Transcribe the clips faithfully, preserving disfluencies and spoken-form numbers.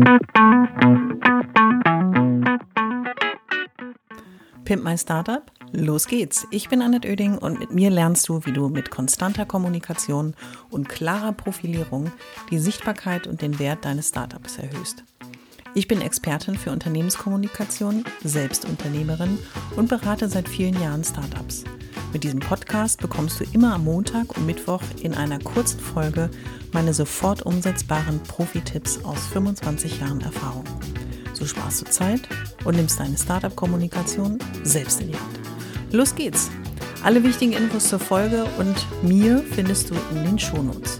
Pimp My Startup, los geht's. Ich bin Annette Oeding und mit mir lernst du, wie du mit konstanter Kommunikation und klarer Profilierung die Sichtbarkeit und den Wert deines Startups erhöhst. Ich bin Expertin für Unternehmenskommunikation, selbst Unternehmerin und berate seit vielen Jahren Startups. Mit diesem Podcast bekommst du immer am Montag und Mittwoch in einer kurzen Folge meine sofort umsetzbaren Profi-Tipps aus fünfundzwanzig Jahren Erfahrung. So sparst du Zeit und nimmst deine Startup-Kommunikation selbst in die Hand. Los geht's! Alle wichtigen Infos zur Folge und mir findest du in den Shownotes.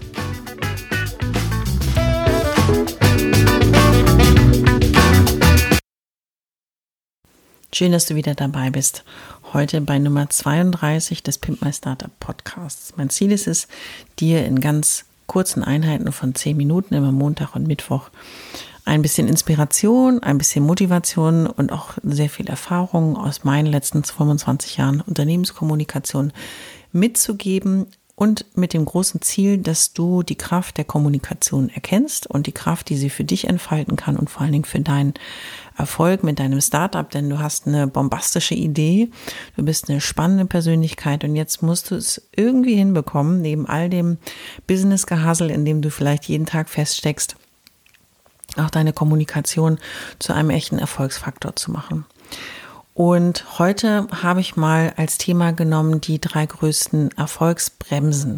Schön, dass du wieder dabei bist. Heute bei Nummer zweiunddreißig des Pimp My Startup Podcasts. Mein Ziel ist es, dir in ganz kurzen Einheiten von zehn Minuten immer Montag und Mittwoch ein bisschen Inspiration, ein bisschen Motivation und auch sehr viel Erfahrung aus meinen letzten fünfundzwanzig Jahren Unternehmenskommunikation mitzugeben und mit dem großen Ziel, dass du die Kraft der Kommunikation erkennst und die Kraft, die sie für dich entfalten kann und vor allen Dingen für deinen Erfolg mit deinem Startup, denn du hast eine bombastische Idee, du bist eine spannende Persönlichkeit und jetzt musst du es irgendwie hinbekommen, neben all dem Business-Gehassel, in dem du vielleicht jeden Tag feststeckst, auch deine Kommunikation zu einem echten Erfolgsfaktor zu machen. Und heute habe ich mal als Thema genommen die drei größten Erfolgsbremsen.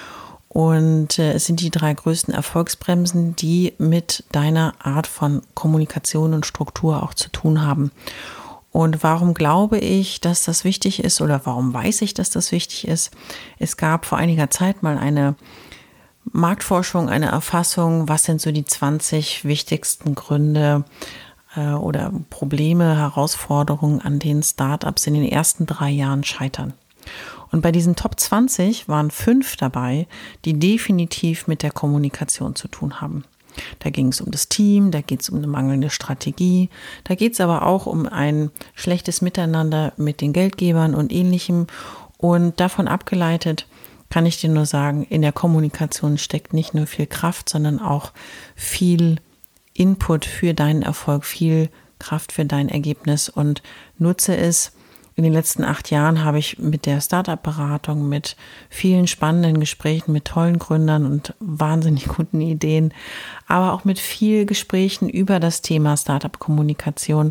Und äh, es sind die drei größten Erfolgsbremsen, die mit deiner Art von Kommunikation und Struktur auch zu tun haben. Und warum glaube ich, dass das wichtig ist oder warum weiß ich, dass das wichtig ist? Es gab vor einiger Zeit mal eine Marktforschung, eine Erfassung, was sind so die zwanzig wichtigsten Gründe äh, oder Probleme, Herausforderungen, an denen Startups in den ersten drei Jahren scheitern. Und bei diesen Top zwanzig waren fünf dabei, die definitiv mit der Kommunikation zu tun haben. Da ging es um das Team, da geht es um eine mangelnde Strategie, da geht es aber auch um ein schlechtes Miteinander mit den Geldgebern und Ähnlichem. Und davon abgeleitet kann ich dir nur sagen, in der Kommunikation steckt nicht nur viel Kraft, sondern auch viel Input für deinen Erfolg, viel Kraft für dein Ergebnis und nutze es. In den letzten acht Jahren habe ich mit der Startup-Beratung, mit vielen spannenden Gesprächen, mit tollen Gründern und wahnsinnig guten Ideen, aber auch mit vielen Gesprächen über das Thema Startup-Kommunikation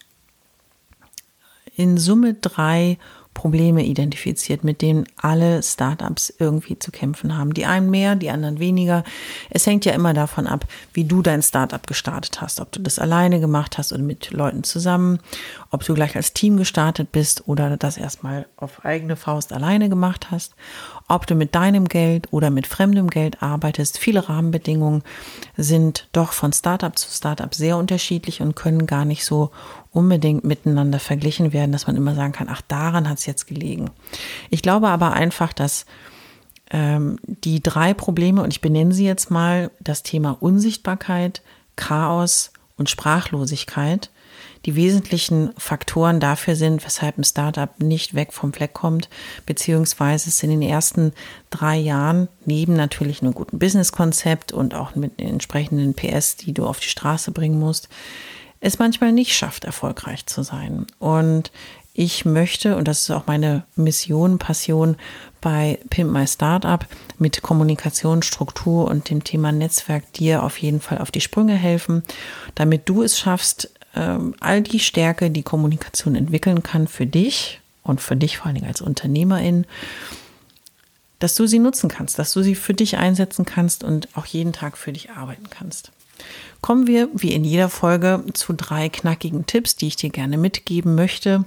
in Summe drei Probleme identifiziert, mit denen alle Startups irgendwie zu kämpfen haben. Die einen mehr, die anderen weniger. Es hängt ja immer davon ab, wie du dein Startup gestartet hast. Ob du das alleine gemacht hast oder mit Leuten zusammen, ob du gleich als Team gestartet bist oder das erstmal auf eigene Faust alleine gemacht hast, ob du mit deinem Geld oder mit fremdem Geld arbeitest. Viele Rahmenbedingungen sind doch von Startup zu Startup sehr unterschiedlich und können gar nicht so unbedingt miteinander verglichen werden, dass man immer sagen kann, ach, daran hat es jetzt gelegen. Ich glaube aber einfach, dass ähm, die drei Probleme, und ich benenne sie jetzt mal, das Thema Unsichtbarkeit, Chaos und Sprachlosigkeit, die wesentlichen Faktoren dafür sind, weshalb ein Startup nicht weg vom Fleck kommt, beziehungsweise es in den ersten drei Jahren neben natürlich einem guten Businesskonzept und auch mit den entsprechenden P S, die du auf die Straße bringen musst, es manchmal nicht schafft, erfolgreich zu sein. Und ich möchte, und das ist auch meine Mission, Passion bei Pimp My Startup, mit Kommunikation, Struktur und dem Thema Netzwerk dir auf jeden Fall auf die Sprünge helfen, damit du es schaffst, all die Stärke, die Kommunikation entwickeln kann für dich und für dich vor allen Dingen als Unternehmerin, dass du sie nutzen kannst, dass du sie für dich einsetzen kannst und auch jeden Tag für dich arbeiten kannst. Kommen wir, wie in jeder Folge, zu drei knackigen Tipps, die ich dir gerne mitgeben möchte,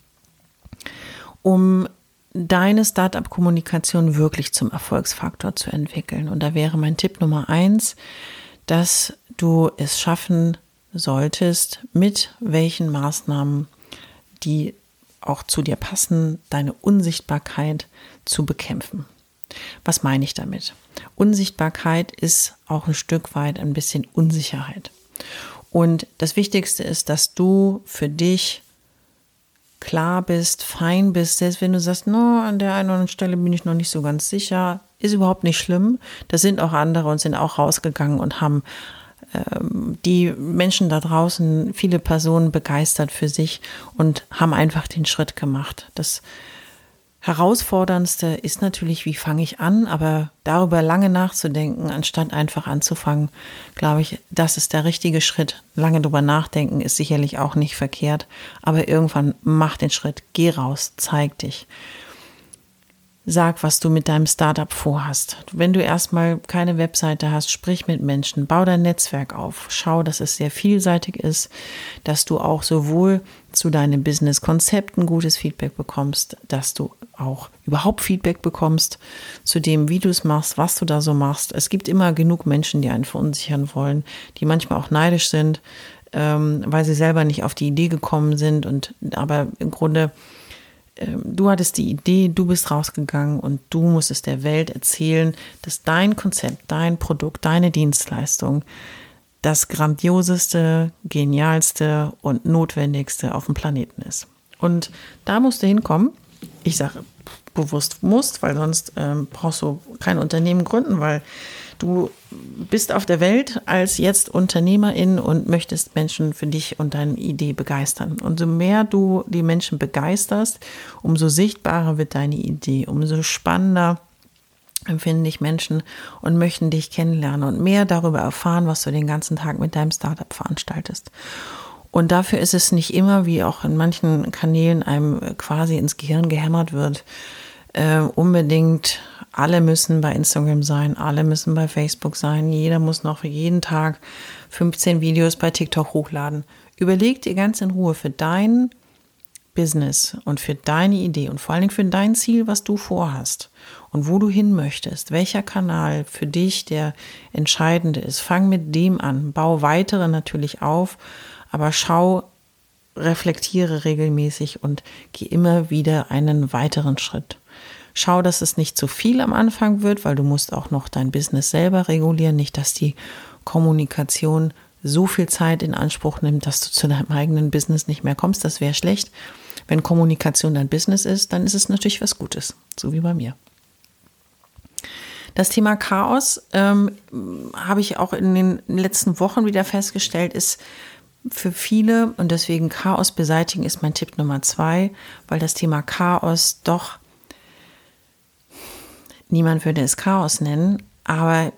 um deine Startup-Kommunikation wirklich zum Erfolgsfaktor zu entwickeln. Und da wäre mein Tipp Nummer eins, dass du es schaffen solltest, mit welchen Maßnahmen, die auch zu dir passen, deine Unsichtbarkeit zu bekämpfen. Was meine ich damit? Unsichtbarkeit ist auch ein Stück weit ein bisschen Unsicherheit. Und das Wichtigste ist, dass du für dich klar bist, fein bist, selbst wenn du sagst, no, an der einen oder anderen Stelle bin ich noch nicht so ganz sicher, ist überhaupt nicht schlimm. Da sind auch andere und sind auch rausgegangen und haben die Menschen da draußen, viele Personen begeistert für sich und haben einfach den Schritt gemacht. Das Herausforderndste ist natürlich, wie fange ich an, aber darüber lange nachzudenken, anstatt einfach anzufangen, glaube ich, das ist der richtige Schritt. Lange drüber nachdenken ist sicherlich auch nicht verkehrt, aber irgendwann mach den Schritt, geh raus, zeig dich. Sag, was du mit deinem Startup vorhast. Wenn du erstmal keine Webseite hast, sprich mit Menschen, bau dein Netzwerk auf. Schau, dass es sehr vielseitig ist, dass du auch sowohl zu deinem Business-Konzepten gutes Feedback bekommst, dass du auch überhaupt Feedback bekommst zu dem, wie du es machst, was du da so machst. Es gibt immer genug Menschen, die einen verunsichern wollen, die manchmal auch neidisch sind, ähm, weil sie selber nicht auf die Idee gekommen sind. Und aber im Grunde du hattest die Idee, du bist rausgegangen und du musst es der Welt erzählen, dass dein Konzept, dein Produkt, deine Dienstleistung das grandioseste, genialste und notwendigste auf dem Planeten ist. Und da musst du hinkommen. Ich sage bewusst musst, weil sonst ähm, brauchst du kein Unternehmen gründen, weil du bist auf der Welt als jetzt Unternehmerin und möchtest Menschen für dich und deine Idee begeistern. Und so mehr du die Menschen begeisterst, umso sichtbarer wird deine Idee, umso spannender empfinden dich Menschen und möchten dich kennenlernen und mehr darüber erfahren, was du den ganzen Tag mit deinem Startup veranstaltest. Und dafür ist es nicht immer, wie auch in manchen Kanälen einem quasi ins Gehirn gehämmert wird, äh, unbedingt alle müssen bei Instagram sein, alle müssen bei Facebook sein, jeder muss noch jeden Tag fünfzehn Videos bei TikTok hochladen. Überleg dir ganz in Ruhe für dein Business und für deine Idee und vor allen Dingen für dein Ziel, was du vorhast und wo du hin möchtest, welcher Kanal für dich der entscheidende ist. Fang mit dem an, bau weitere natürlich auf, aber schau, reflektiere regelmäßig und geh immer wieder einen weiteren Schritt. Schau, dass es nicht zu viel am Anfang wird, weil du musst auch noch dein Business selber regulieren, nicht, dass die Kommunikation so viel Zeit in Anspruch nimmt, dass du zu deinem eigenen Business nicht mehr kommst. Das wäre schlecht. Wenn Kommunikation dein Business ist, dann ist es natürlich was Gutes, so wie bei mir. Das Thema Chaos, ähm, habe ich auch in den letzten Wochen wieder festgestellt, ist für viele, und deswegen Chaos beseitigen ist mein Tipp Nummer zwei, weil das Thema Chaos doch, niemand würde es Chaos nennen, aber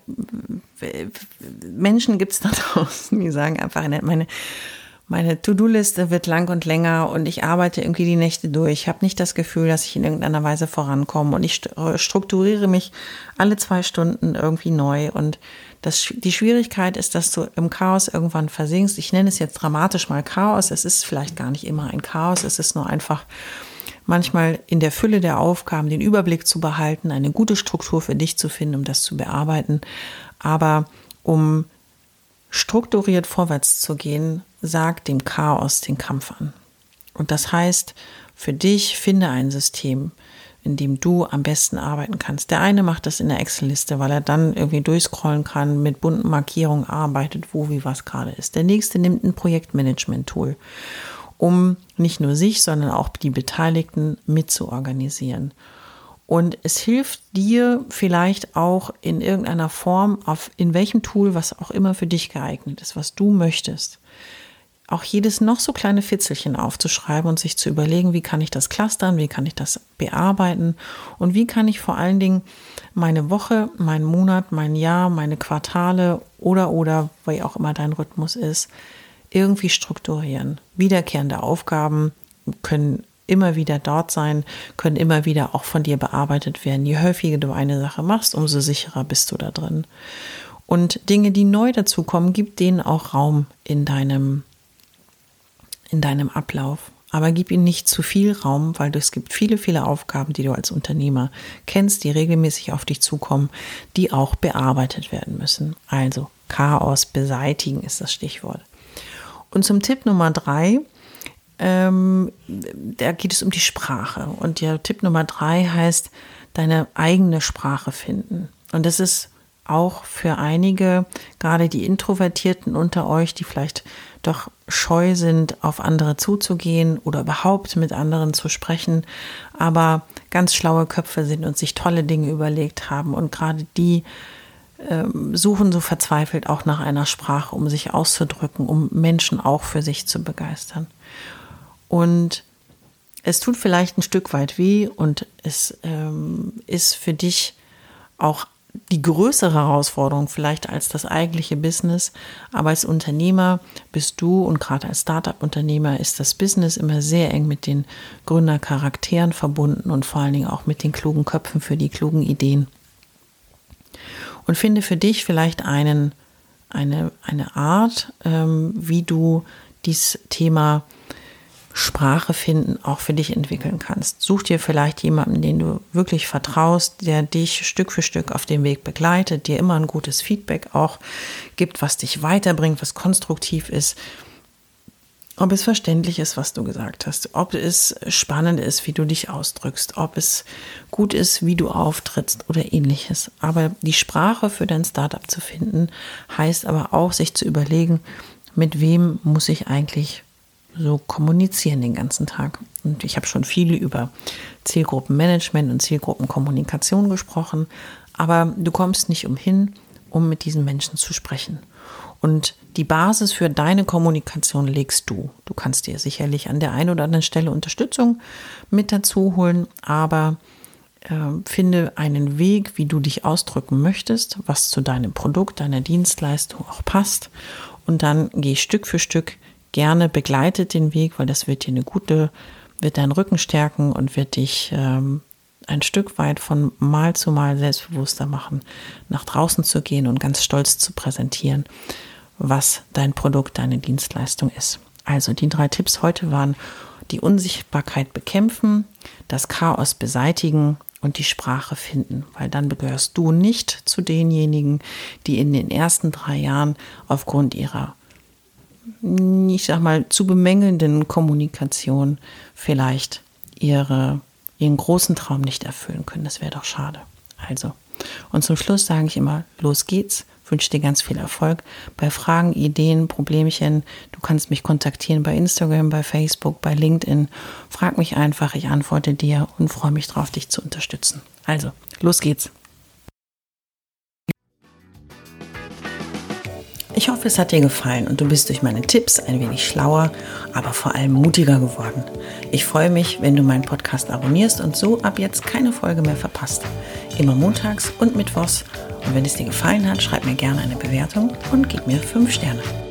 Menschen gibt es da draußen, die sagen einfach, meine, meine To-Do-Liste wird lang und länger und ich arbeite irgendwie die Nächte durch. Ich habe nicht das Gefühl, dass ich in irgendeiner Weise vorankomme und ich strukturiere mich alle zwei Stunden irgendwie neu. Und das, die Schwierigkeit ist, dass du im Chaos irgendwann versinkst. Ich nenne es jetzt dramatisch mal Chaos. Es ist vielleicht gar nicht immer ein Chaos, es ist nur einfach manchmal in der Fülle der Aufgaben den Überblick zu behalten, eine gute Struktur für dich zu finden, um das zu bearbeiten. Aber um strukturiert vorwärts zu gehen, sag dem Chaos den Kampf an. Und das heißt, für dich finde ein System, in dem du am besten arbeiten kannst. Der eine macht das in der Excel-Liste, weil er dann irgendwie durchscrollen kann, mit bunten Markierungen arbeitet, wo wie was gerade ist. Der nächste nimmt ein Projektmanagement-Tool, um nicht nur sich, sondern auch die Beteiligten mitzuorganisieren. Und es hilft dir vielleicht auch in irgendeiner Form, auf in welchem Tool, was auch immer für dich geeignet ist, was du möchtest, auch jedes noch so kleine Fitzelchen aufzuschreiben und sich zu überlegen, wie kann ich das clustern, wie kann ich das bearbeiten und wie kann ich vor allen Dingen meine Woche, meinen Monat, mein Jahr, meine Quartale oder, oder, wie auch immer dein Rhythmus ist, irgendwie strukturieren. Wiederkehrende Aufgaben können immer wieder dort sein, können immer wieder auch von dir bearbeitet werden. Je häufiger du eine Sache machst, umso sicherer bist du da drin. Und Dinge, die neu dazukommen, gib denen auch Raum in deinem, in deinem Ablauf. Aber gib ihnen nicht zu viel Raum, weil es gibt viele, viele Aufgaben, die du als Unternehmer kennst, die regelmäßig auf dich zukommen, die auch bearbeitet werden müssen. Also Chaos beseitigen ist das Stichwort. Und zum Tipp Nummer drei, ähm, da geht es um die Sprache. Und der Tipp Nummer drei heißt, deine eigene Sprache finden. Und das ist auch für einige, gerade die Introvertierten unter euch, die vielleicht doch scheu sind, auf andere zuzugehen oder überhaupt mit anderen zu sprechen, aber ganz schlaue Köpfe sind und sich tolle Dinge überlegt haben. Und gerade die äh, suchen so verzweifelt auch nach einer Sprache, um sich auszudrücken, um Menschen auch für sich zu begeistern. Und es tut vielleicht ein Stück weit weh und es ähm, ist für dich auch die größere Herausforderung vielleicht als das eigentliche Business. Aber als Unternehmer bist du und gerade als Startup-Unternehmer ist das Business immer sehr eng mit den Gründercharakteren verbunden und vor allen Dingen auch mit den klugen Köpfen für die klugen Ideen. Und finde für dich vielleicht einen, eine, eine Art, ähm, wie du dieses Thema Sprache finden auch für dich entwickeln kannst. Such dir vielleicht jemanden, den du wirklich vertraust, der dich Stück für Stück auf dem Weg begleitet, dir immer ein gutes Feedback auch gibt, was dich weiterbringt, was konstruktiv ist, ob es verständlich ist, was du gesagt hast, ob es spannend ist, wie du dich ausdrückst, ob es gut ist, wie du auftrittst oder ähnliches. Aber die Sprache für dein Startup zu finden, heißt aber auch, sich zu überlegen, mit wem muss ich eigentlich so kommunizieren den ganzen Tag. Und ich habe schon viel über Zielgruppenmanagement und Zielgruppenkommunikation gesprochen, aber du kommst nicht umhin, um mit diesen Menschen zu sprechen. Und die Basis für deine Kommunikation legst du. Du kannst dir sicherlich an der einen oder anderen Stelle Unterstützung mit dazu holen, aber äh, finde einen Weg, wie du dich ausdrücken möchtest, was zu deinem Produkt, deiner Dienstleistung auch passt. Und dann geh Stück für Stück gerne begleitet den Weg, weil das wird dir eine gute, wird deinen Rücken stärken und wird dich ähm, ein Stück weit von Mal zu Mal selbstbewusster machen, nach draußen zu gehen und ganz stolz zu präsentieren, was dein Produkt, deine Dienstleistung ist. Also die drei Tipps heute waren: die Unsichtbarkeit bekämpfen, das Chaos beseitigen und die Sprache finden, weil dann gehörst du nicht zu denjenigen, die in den ersten drei Jahren aufgrund ihrer, ich sag mal, zu bemängelnden Kommunikation vielleicht ihre, ihren großen Traum nicht erfüllen können. Das wäre doch schade. Also, und zum Schluss sage ich immer, los geht's. Wünsche dir ganz viel Erfolg bei Fragen, Ideen, Problemchen. Du kannst mich kontaktieren bei Instagram, bei Facebook, bei LinkedIn. Frag mich einfach, ich antworte dir und freue mich drauf, dich zu unterstützen. Also, los geht's. Ich hoffe, es hat dir gefallen und du bist durch meine Tipps ein wenig schlauer, aber vor allem mutiger geworden. Ich freue mich, wenn du meinen Podcast abonnierst und so ab jetzt keine Folge mehr verpasst. Immer montags und mittwochs. Und wenn es dir gefallen hat, schreib mir gerne eine Bewertung und gib mir fünf Sterne.